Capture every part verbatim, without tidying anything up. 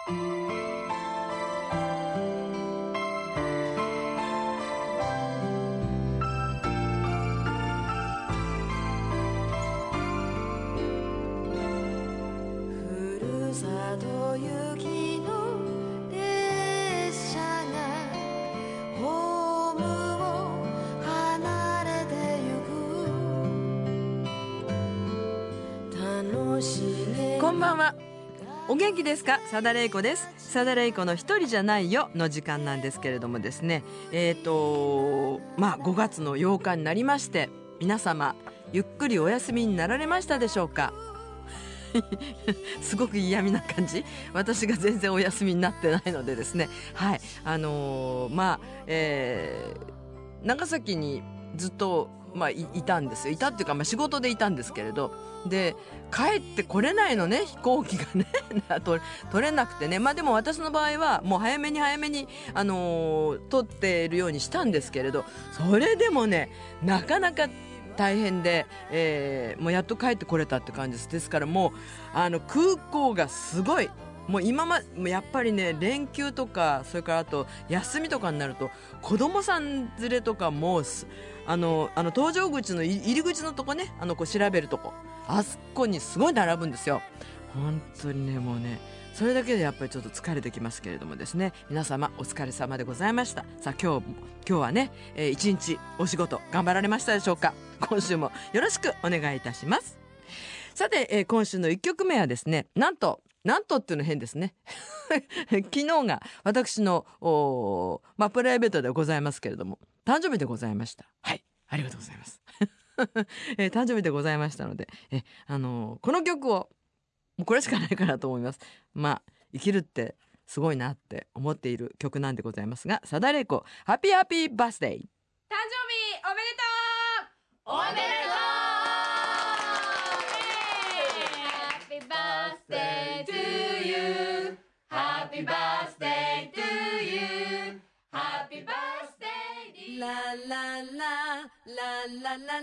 こんばんは。お元気ですか？佐田玲子です。佐田玲子の一人じゃないよの時間なんですけれどもですね、えーとまあごがつのようかになりまして、皆様ゆっくりお休みになられましたでしょうか？すごく嫌味な感じ。私が全然お休みになってないのでですね、はいあのー、まあ、えー、長崎にずっとまあ、い, いたんですよ。いたっていうか、まあ、仕事でいたんですけれど、で帰ってこれないのね、飛行機がね取れなくてね。まあでも私の場合はもう早めに早めにあのー、取っているようにしたんですけれど、それでもねなかなか大変で、えー、もうやっと帰ってこれたって感じです。ですからもうあの空港がすごい、もう今まやっぱりね、連休とかそれからあと休みとかになると子供さん連れとかもあのあの搭乗口の入り口のとこね、あのこう調べるとこ、あそこにすごい並ぶんですよ。本当にね、もうねそれだけでやっぱりちょっと疲れてきますけれどもですね、皆様お疲れ様でございました。さあ今日今日はね、えー、一日お仕事頑張られましたでしょうか？今週もよろしくお願いいたします。さて、えー、今週のいっきょくめはですね、なんとなんとっていうの変ですね昨日が私のまあプライベートでございますけれども、誕生日でございました。はい、ありがとうございます、えー、誕生日でございましたので、え、あのー、この曲をもうこれしかないかなと思います。まあ生きるってすごいなって思っている曲なんでございますが、佐田玲子ハッピーハッピーバースデー。誕生日おめでとう。おめでとう。Birthday to you, Happy birthday to you, Happy birthday, la la la la la la la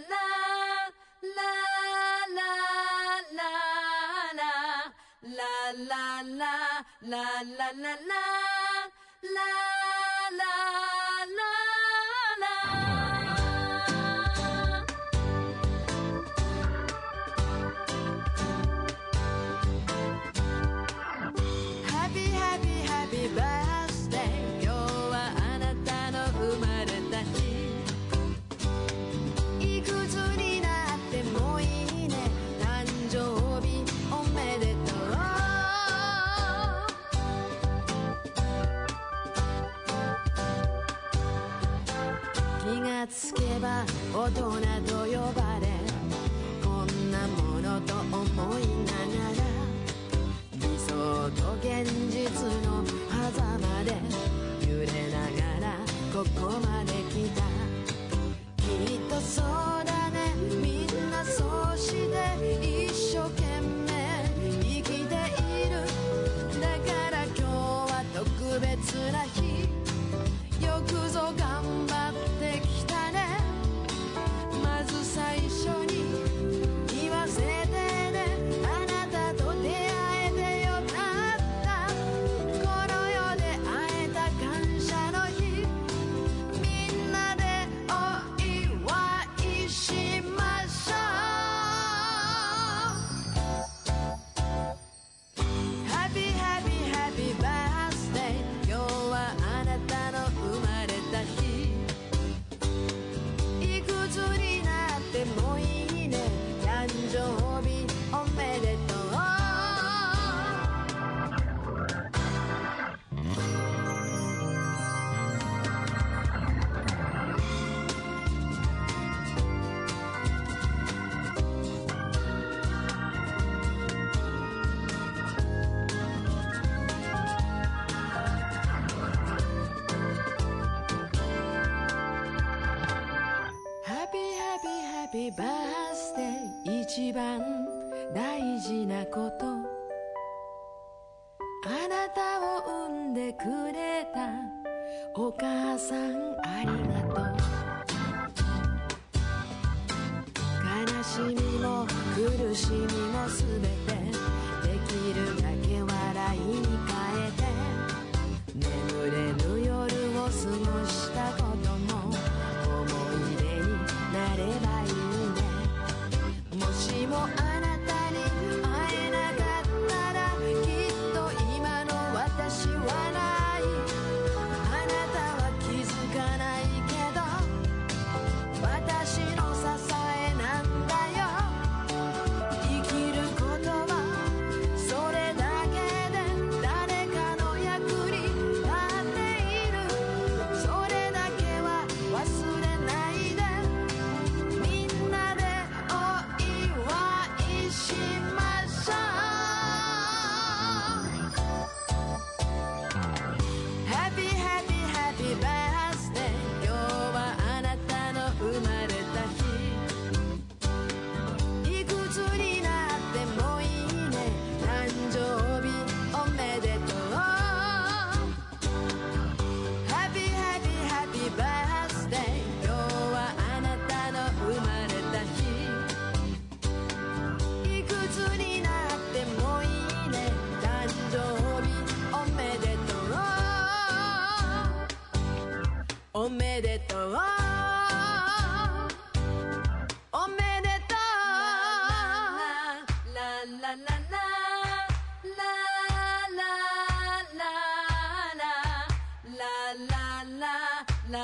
la la la la la la la la la la laつけば大人と呼ばれ、こんなものと思いながら理想と現実の狭間で揺れながらここまで来た。きっとそうだね、みんなそうして一生懸命生きている。だから今日は特別な日、よくぞ頑張ってきた。最初に言わせてね、あなたと出会えてよかった。この世で会えた感謝の日、みんなでお祝いしましょう。ハッピーハッピーハッピーバースデー。今日はあなたの生まれた日、いくつにでもいいね、誕生日おめでとう。ハッピーバースデー。一番大事なこと、あなたを産んでくれたお母さんありがとう。悲しみも苦しみもすべてできるだけ笑いに変えておめでとうおめでとうララララララララララララララ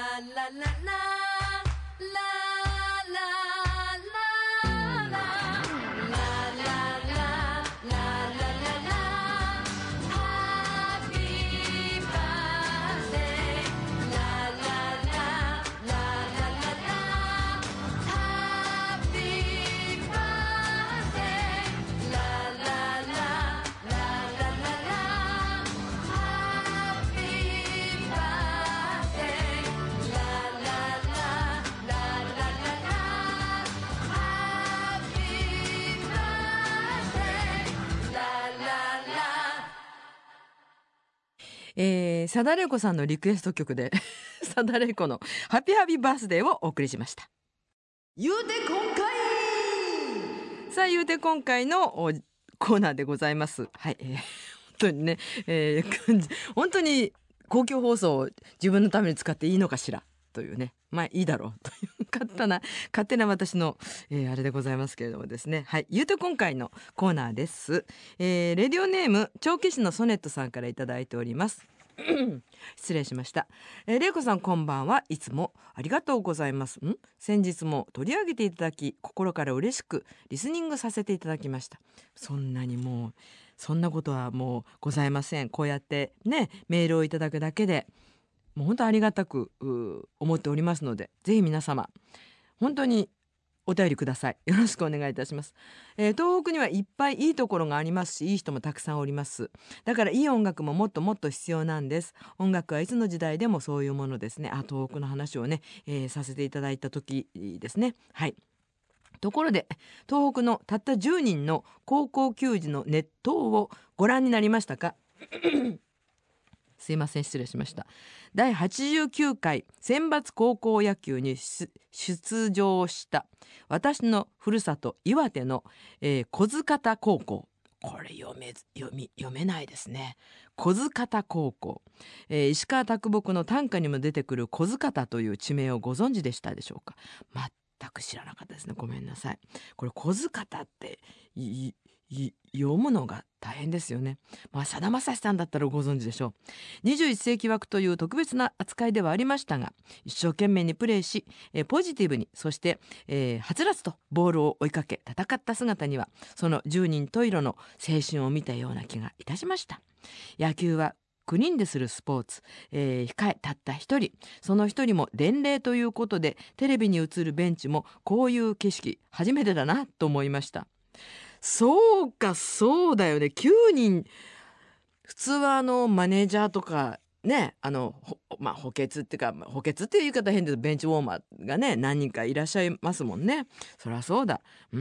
えー、サダレイコさんのリクエスト曲でサダレイコのハッピーハッピーバースデーをお送りしました。言うて今回さあ言うて今回のコーナーでございます。はい、えー、本当にね、えー、本当に公共放送を自分のために使っていいのかしらというね、まあいいだろうという勝手な勝手な私の、えー、あれでございますけれどもですね。はい、言うて今回のコーナーです。えー、レディオネーム長期市のソネットさんからいただいております。失礼しました。えー、れいこさんこんばんは。いつもありがとうございます。ん先日も取り上げていただき心から嬉しくリスニングさせていただきました。そんなにもうそんなことはもうございません。こうやってねメールをいただくだけでもう本当ありがたく思っておりますので、ぜひ皆様本当にお便りください。よろしくお願いいたします。えー、東北にはいっぱいいいところがありますし、いい人もたくさんおります。だからいい音楽ももっともっと必要なんです。音楽はいつの時代でもそういうものですね。あ、東北の話をね、えー、させていただいた時ですね。はい。ところで東北のたったじゅうにんの高校球児の熱闘をご覧になりましたか？すいません、失礼しました。だいはちじゅうきゅうかい選抜高校野球に出場した私のふるさと岩手の、えー、小津方高校。これ読め読み読めないですね。小津方高校、えー、石川啄木の短歌にも出てくる小津方という地名をご存知でしたでしょうか？全く知らなかったですね。ごめんなさい。これ小津方っていい読むのが大変ですよね。まあ、さだまさしさんだったらご存知でしょう。にじゅういっせいき枠という特別な扱いではありましたが、一生懸命にプレーし、えー、ポジティブに、そして、えー、はつらつとボールを追いかけ戦った姿には、そのじゅうにん十色の青春を見たような気がいたしました。野球はきゅうにんでするスポーツ、えー、控えたった一人、その一人も伝令ということで、テレビに映るベンチもこういう景色初めてだなと思いました。そうか、そうだよね。きゅうにん、普通はあのマネージャーとかね、あのまあ補欠っていうか、補欠っていう言い方変です。ベンチウォーマーがね何人かいらっしゃいますもんね。そりゃそうだ。うん、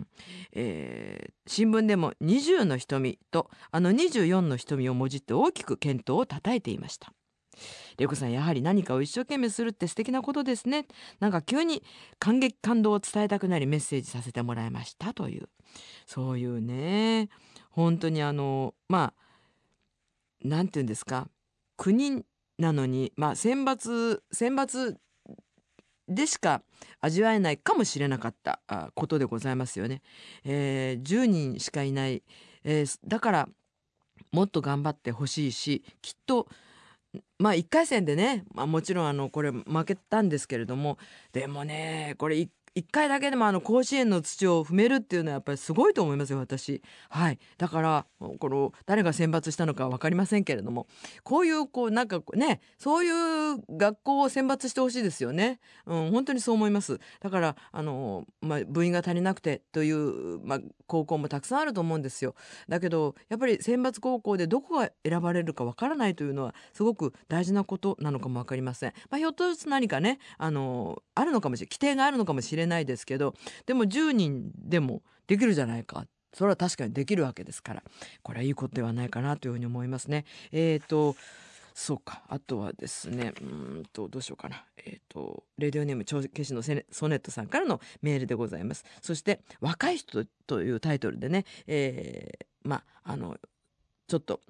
えー、新聞でもにじゅうの瞳とあのにじゅうよんの瞳をもじって大きく健闘をたたえていました。れいこさん、やはり何かを一生懸命するって素敵なことですね。なんか急に感激感動を伝えたくなりメッセージさせてもらいましたという、そういうね、本当にあのまあなんていうんですか、きゅうにんなのに、まあ選抜選抜でしか味わえないかもしれなかったことでございますよね。えー、じゅうにんしかいない、えー、だからもっと頑張ってほしいし、きっとまあいっかい戦でね、まあ、もちろんあのこれ負けたんですけれども、でもねこれいっかいだけでもあの甲子園の土を踏めるっていうのはやっぱりすごいと思いますよ、私。はい。だからこの誰が選抜したのかは分かりませんけれども、こういうこうなんかね、そういう学校を選抜してほしいですよね。うん、本当にそう思います。だからあの、まあ、部員が足りなくてという、まあ、高校もたくさんあると思うんですよ。だけどやっぱり選抜高校でどこが選ばれるか分からないというのはすごく大事なことなのかも分かりません。まあ、ひょっとして何かねあのあるのかもしれない、規定があるのかもしれないですけど、でもじゅうにんでもできるじゃないか。それは確かにできるわけですから、これはいいことではないかなというふうに思いますね。えーとそうか、あとはですね、うーんとどうしようかな。えーとレディオネーム帳消しのソネットさんからのメールでございます。そして若い人というタイトルでね、えー、まああのちょっと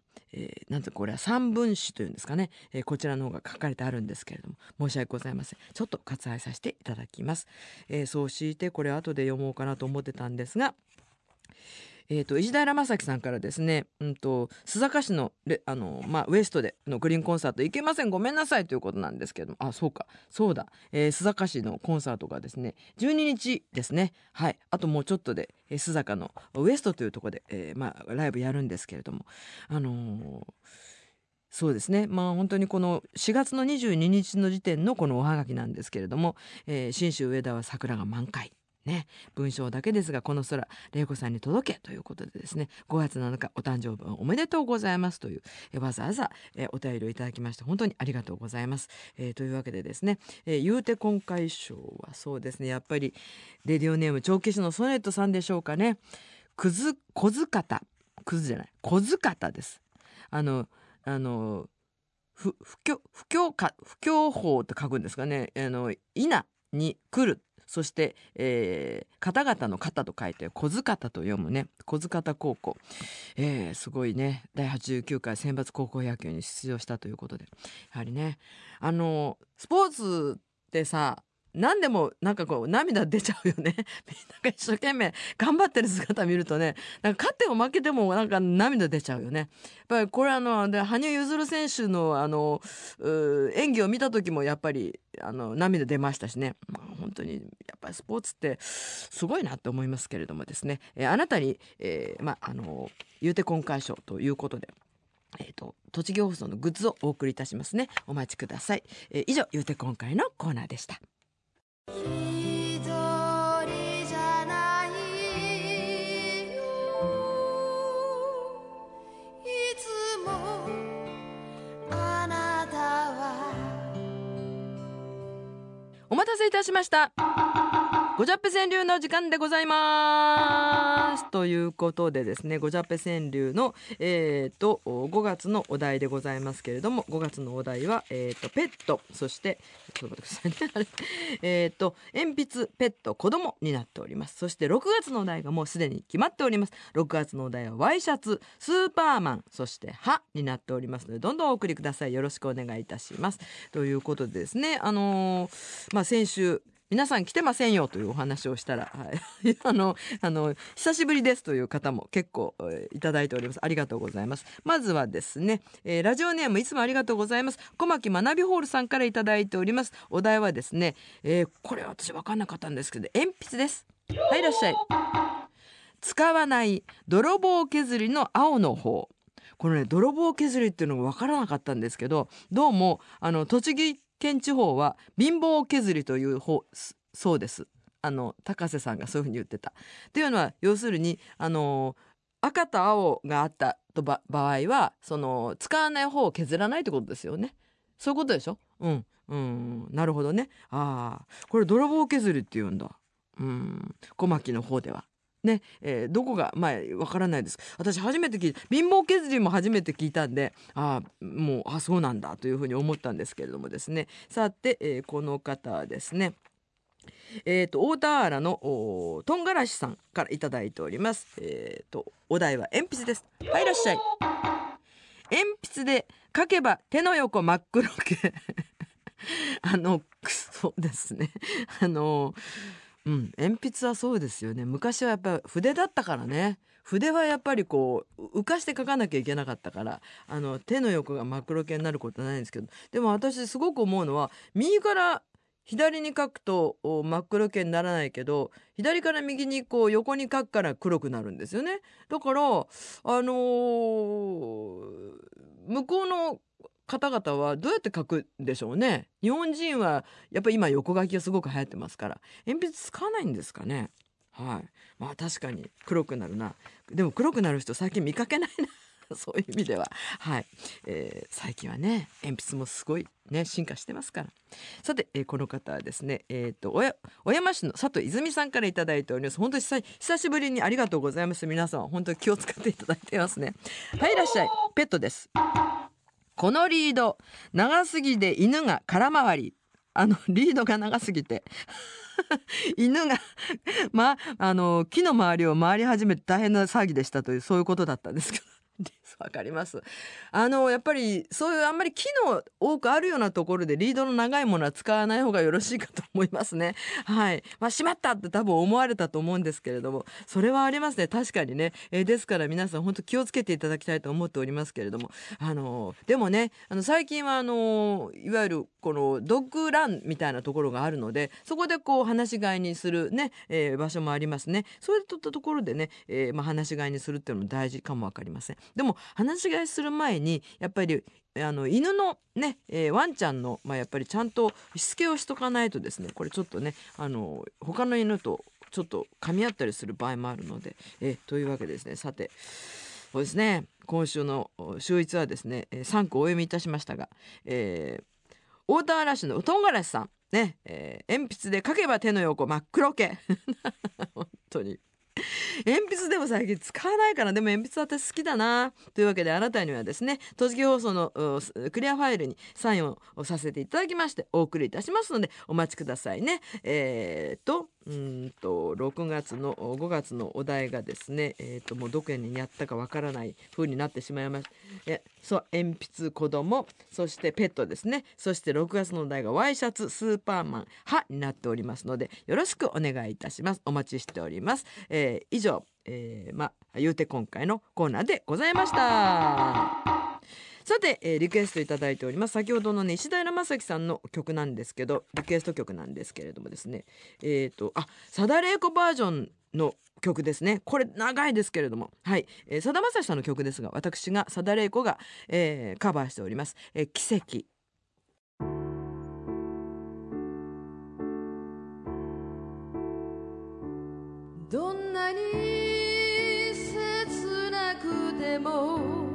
えー、なんとこれは三分詞というんですかね、えー、こちらの方が書かれてあるんですけれども、申し訳ございません。ちょっと割愛させていただきます。えー、そうしてこれ後で読もうかなと思ってたんですが、えー、と石平正樹さんからですね、うんと須坂市のレあの、まあ、ウエストでのグリーンコンサート行けません、ごめんなさいということなんですけども、あ、そうかそうだ、えー、須坂市のコンサートがですねじゅうににちですね。はい、あともうちょっとで、えー、須坂のウエストというところで、えーまあ、ライブやるんですけれども、あのーそうですね、まあ本当にこのしがつのにじゅうににちの時点のこのおはがきなんですけれども、えー、信州上田は桜が満開ね、文章だけですがこの空玲子さんに届けということでですね、ごがつなのかお誕生日おめでとうございますという、えわざわざ、えお便りをいただきまして本当にありがとうございます。えー、というわけでですね、えー、言うて今回賞はそうですね、やっぱりレディオネーム長吉のソネットさんでしょうかね。くず小塚方くずじゃない小塚方です。あのあの不況不況か不況法って書くんですかね。あの稲に来る、そして、えー、方々の方と書いて小津方と読むね、小津方高校、えー、すごいね、だいはちじゅうきゅうかい選抜高校野球に出場したということで、やはりね、あのスポーツってさ、何でもなんかこう涙出ちゃうよねみんなが一生懸命頑張ってる姿見るとね、なんか勝っても負けてもなんか涙出ちゃうよね。やっぱりこれあので羽生結弦選手のあの演技を見た時もやっぱりあの涙出ましたしね、まあ、本当にやっぱりスポーツってすごいなと思いますけれどもですね、えー、あなたに、えー、まああの言うて今回賞ということで、えーと、栃木放送のグッズをお送りいたしますね。お待ちください。えー、以上言うて今回のコーナーでした。一人じゃないよ、いつもあなたは。お待たせいたしました。ごじゃっぺ川柳の時間でございますということでですね、ごじゃっぺ川柳の、えー、とごがつのお題でございますけれども、ごがつのお題は、えー、とペット、そしてちょっと待ってくださいねえーと鉛筆、ペット、子供になっております。そしてろくがつのお題がもうすでに決まっております。ろくがつのお題はワイシャツ、スーパーマン、そして歯になっておりますので、どんどんお送りください。よろしくお願いいたしますということでですね、あのー、まあ先週皆さん来てませんよというお話をしたら、はい、あのあの久しぶりですという方も結構、えー、いただいております。ありがとうございます。まずはですね、えー、ラジオネームいつもありがとうございます。小牧学びホールさんからいただいております。お題はですね、えー、これは私分かんなかったんですけど、鉛筆です。はい、いらっしゃい。使わない泥棒削りの青の方。このね、泥棒削りっていうのが分からなかったんですけど、どうもあの栃木県地方は貧乏削りという方そうです。あの高瀬さんがそういうふうに言ってた。というのは要するにあの赤と青があったとば場合はその使わない方を削らないってことですよね。そういうことでしょ。うんうん、なるほどね。ああ、これ泥棒削りって言うんだ。うん、小牧の方では。ねえー、どこが前わからないです。私初めて聞いた、貧乏削りも初めて聞いたんで、あもうあそうなんだというふうに思ったんですけれどもですね。さて、えー、この方はですね、えー、と大田原のとんがらしさんからいただいております。えー、とお題は鉛筆です。はい、いらっしゃい。鉛筆で書けば手の横真っ黒けあのそうですねあのうん、鉛筆はそうですよね。昔はやっぱり筆だったからね。筆はやっぱりこう浮かして書かなきゃいけなかったから、あの手の横が真っ黒けになることはないんですけど、でも私すごく思うのは、右から左に書くと真っ黒けにならないけど、左から右にこう横に書くから黒くなるんですよね。だからあのー、向こうの方々はどうやって書くんでしょうね。日本人はやっぱり今横書きがすごく流行ってますから、鉛筆使わないんですかね。はい。まあ確かに黒くなるな。でも黒くなる人最近見かけないなそういう意味では、はい、えー、最近はね鉛筆もすごいね進化してますから。さて、えー、この方はですね、えー、と小山市の佐藤泉さんからいただいております。本当に久しぶりにありがとうございます。皆さん本当に気を使っていただいてますね。はい、いらっしゃい。ペットです。このリード長すぎで犬が空回り。あのリードが長すぎて犬がまあの木の周りを回り始めて大変な騒ぎでしたという、そういうことだったんですけどわかります。あのやっぱりそういうあんまり機能多くあるようなところでリードの長いものは使わない方がよろしいかと思いますね。はい。まあ、しまったって多分思われたと思うんですけれども、それはありますね。確かにね。えーですから皆さん本当気をつけていただきたいと思っておりますけれども、あのでもね、あの最近はあのいわゆるこのドッグランみたいなところがあるので、そこでこう放し飼いにするね、えー場所もありますね。そういったところでね、えーまあ、放し飼いにするっていうのも大事かもわかりません。でも放し飼いする前にやっぱりあの犬のね、えーワンちゃんの、まあ、やっぱりちゃんとしつけをしとかないとですね、これちょっとね、あの他の犬とちょっと噛み合ったりする場合もあるので、えーというわけでですね、さてそうですね、今週の週一はですね、えーさんこお読みいたしましたが、えー、大田原市のとんがらしさんね、えー鉛筆で書けば手の横真っ黒け本当に鉛筆でも最近使わないから、でも鉛筆私好きだなというわけで、あなたにはですね、栃木放送のうクリアファイルにサインをさせていただきましてお送りいたしますのでお待ちくださいね。えー、とうんとろくがつのごがつのお題がですね、えー、ともうどこにやったかわからない風になってしまいました。えそう鉛筆、子供、そしてペットですね。そしてろくがつのお題がワイシャツ、スーパーマン、歯になっておりますのでよろしくお願いいたします。お待ちしております。えー以上、えー、まあ言うて今回のコーナーでございました。さて、えーリクエストいただいております。先ほどのね石平正樹さんの曲なんですけど、リクエスト曲なんですけれどもですね、えっ、とあさだれいこバージョンの曲ですね。これ長いですけれども、はい、えー、さだまさしさんの曲ですが、私がさだれいこが、えーカバーしております、えー奇跡。どんなに切なくても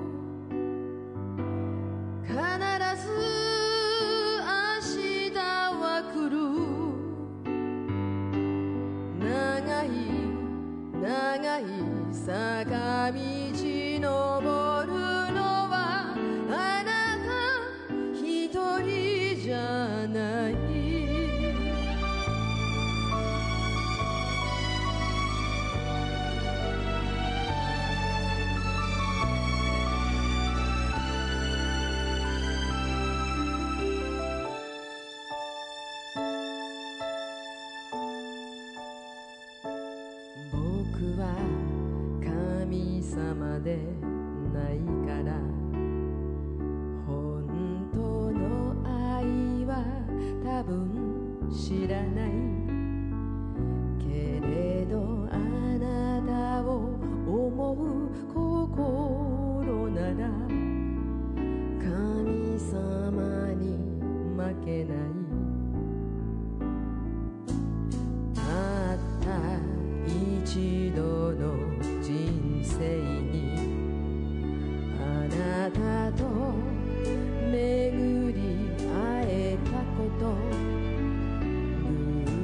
必ず明日は来る。長い長い坂道登るのはあなた一人じゃない。僕は神様でないから本当の愛は多分知らないけれど、あなたを思う心なら神様に負けない。たった一度の人生にあなたと巡り会えたこと、偶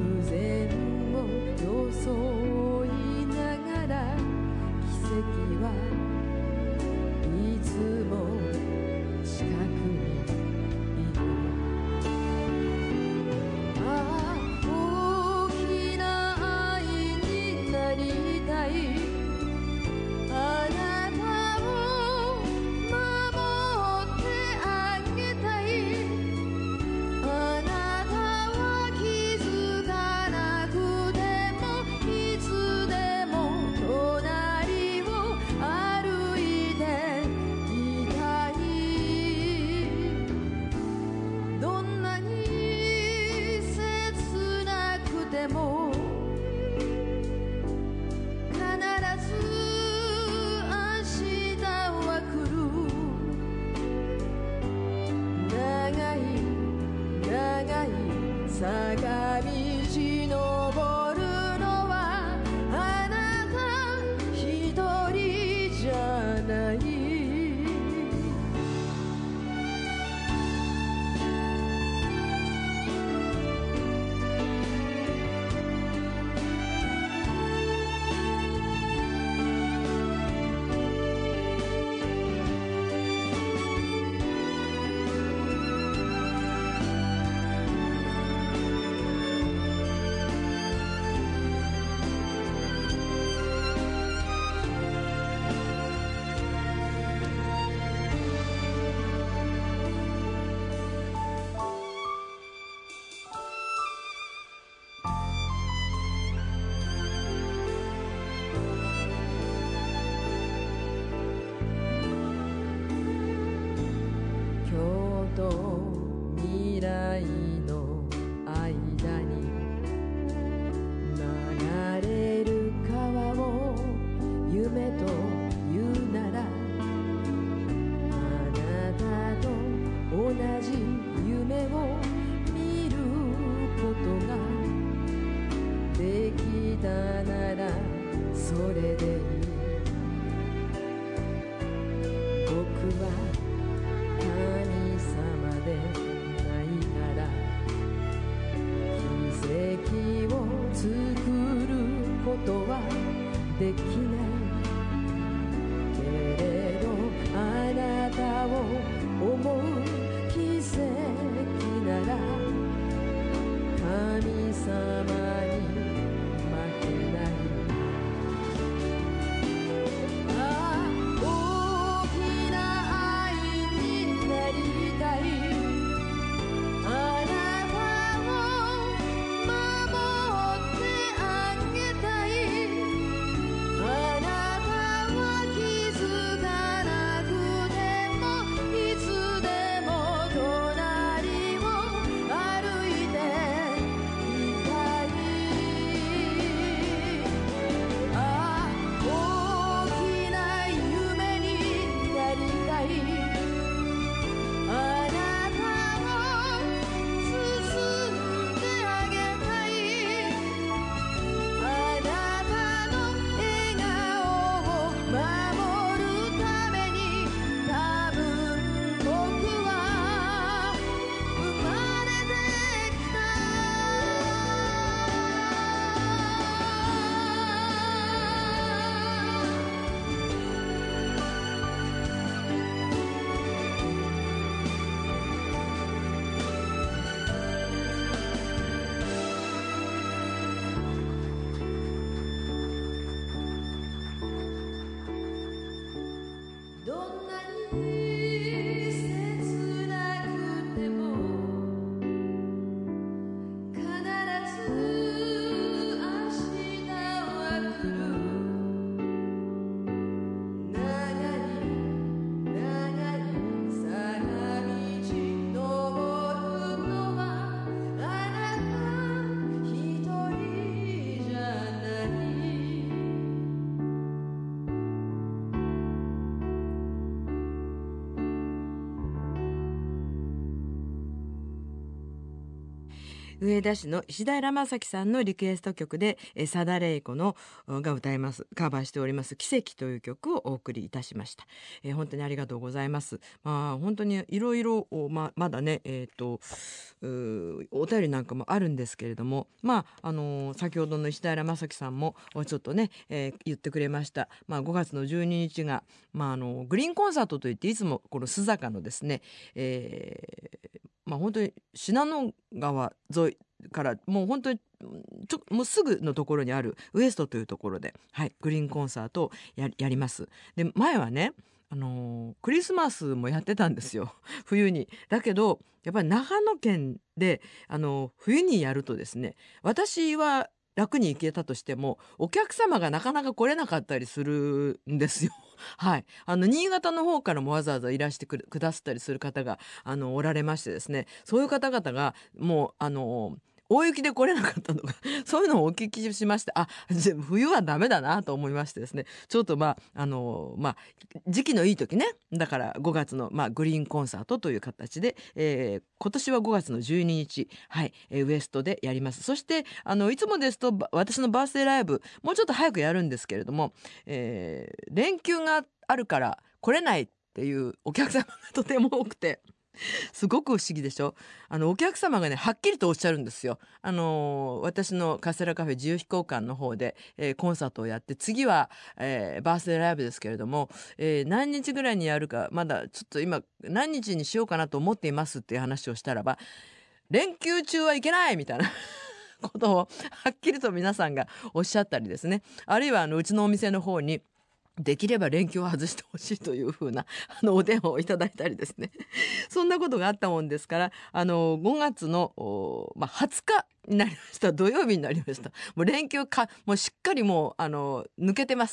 今日と未来の間に流れる川を夢というなら、あなたと同じ夢を見ることができたならそれでいい。僕は神様でないから奇跡を作ることはできないけれど、あなたを思う奇跡なら神様に負けない。上田市の石平正樹さんのリクエスト曲で佐田玲子のが歌いますカバーしております奇跡という曲をお送りいたしました。えー、本当にありがとうございます。まあ本当にいろいろままだねえっ、ー、とお便りなんかもあるんですけれども、まああのー、先ほどの石平正樹さんもちょっとね、えー、言ってくれました。まあごがつのじゅうににちがまああのグリーンコンサートといっていつもこの須坂のですね、えー、まあ本当に信濃川沿いからもう本当にちょもうすぐのところにあるウエストというところで、はい、グリーンコンサートを や, やります。で前はねあのー、クリスマスもやってたんですよ冬に。だけどやっぱり長野県で、あのー、冬にやるとですね、私は楽に行けたとしてもお客様がなかなか来れなかったりするんですよはい、あの新潟の方からもわざわざいらしてくださったりする方があのおられましてですね、そういう方々がもうあの大雪で来れなかったのがそういうのをお聞きしまして、あ冬はダメだなと思いましてですね、ちょっとまああのまあ時期のいい時ね、だからごがつの、まあ、グリーンコンサートという形で、えー、今年はごがつのじゅうににち、はい、えー、ウエストでやります。そしてあのいつもですと私のバースデーライブもうちょっと早くやるんですけれども、えー、連休があるから来れないっていうお客様がとても多くてすごく不思議でしょ。あのお客様がねはっきりとおっしゃるんですよ。あのー、私のカステラカフェ自由飛行館の方で、えー、コンサートをやって、次は、えー、バースデーライブですけれども、えー、何日ぐらいにやるかまだちょっと今何日にしようかなと思っていますっていう話をしたらば、連休中はいけないみたいなことをはっきりと皆さんがおっしゃったりですね、あるいはあのうちのお店の方にできれば連休を外してほしいというふうなあのお電話をいただいたりですねそんなことがあったもんですから、あのごがつの、まあ、はつかになりました。土曜日になりました。もう連休かもうしっかりもうあの抜けてます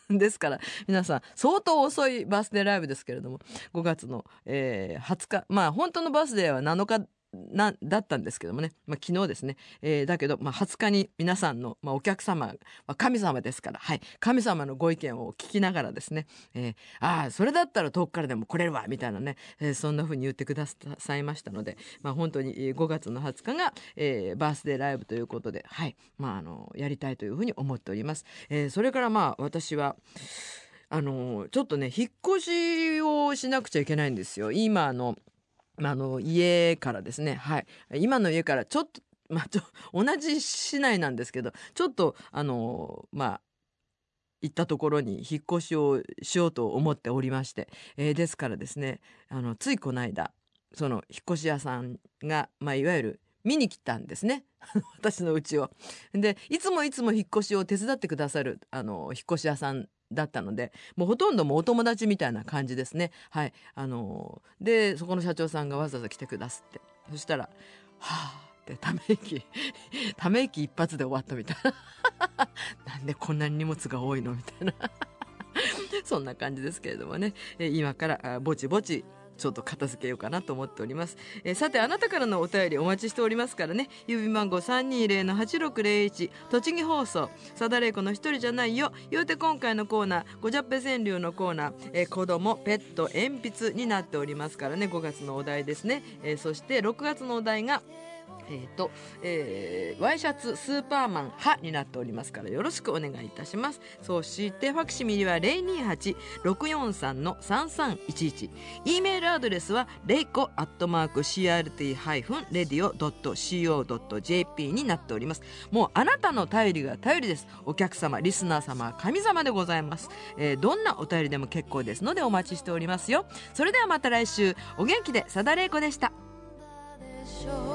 ですから皆さん相当遅いバースデーライブですけれども、ごがつの、えー、はつか、まあ本当のバースデーはなのかなだったんですけどもね、まあ、昨日ですね、えー、だけど、まあ、はつかに皆さんの、まあ、お客様、まあ、神様ですから、はい、神様のご意見を聞きながらですね、えー、ああそれだったら遠くからでも来れるわみたいなね、えー、そんな風に言ってくださいましたので、まあ、本当にごがつのはつかが、えー、バースデーライブということで、はい、まあ、あのやりたいというふうに思っております。えー、それからまあ私はあのちょっとね引っ越しをしなくちゃいけないんですよ。今あのあの家からですね、はい、今の家からちょっと、まあ、ちょ同じ市内なんですけど、ちょっとあのまあ行ったところに引っ越しをしようと思っておりまして、えー、ですからですね、あのついこの間その引っ越し屋さんが、まあ、いわゆる見に来たんですね私の家を。でいつもいつも引っ越しを手伝ってくださるあの引っ越し屋さんだったので、もうほとんどもうお友達みたいな感じですね。はい、あのー、でそこの社長さんがわざわざ来てくださって、そしたらはあってため息ため息一発で終わったみたいななんでこんなに荷物が多いのみたいなそんな感じですけれどもね、今からぼちぼちちょっと片付けようかなと思っております。えー、さてあなたからのお便りお待ちしておりますからね。郵便番号 さんにーぜろのはちろくぜろいち 栃木放送さだれいこの一人じゃないよ。言うて今回のコーナーごじゃっぺ川柳のコーナー、えー、子供ペット鉛筆になっておりますからね。ごがつのお題ですね。えー、そしてろくがつのお題がえーとえー、ワイシャツスーパーマン派になっておりますからよろしくお願いいたします。そしてファクシミリは ゼロにーはち ろくよんさん さんさんいちいち、 E メールアドレスはレイコアットマーク シーアールティー レディオ ドット シーオー ドット ジェーピー になっております。もうあなたの頼りが頼りです。お客様リスナー様は神様でございます。えー、どんなお便りでも結構ですのでお待ちしておりますよ。それではまた来週。お元気で、さだれいこでした。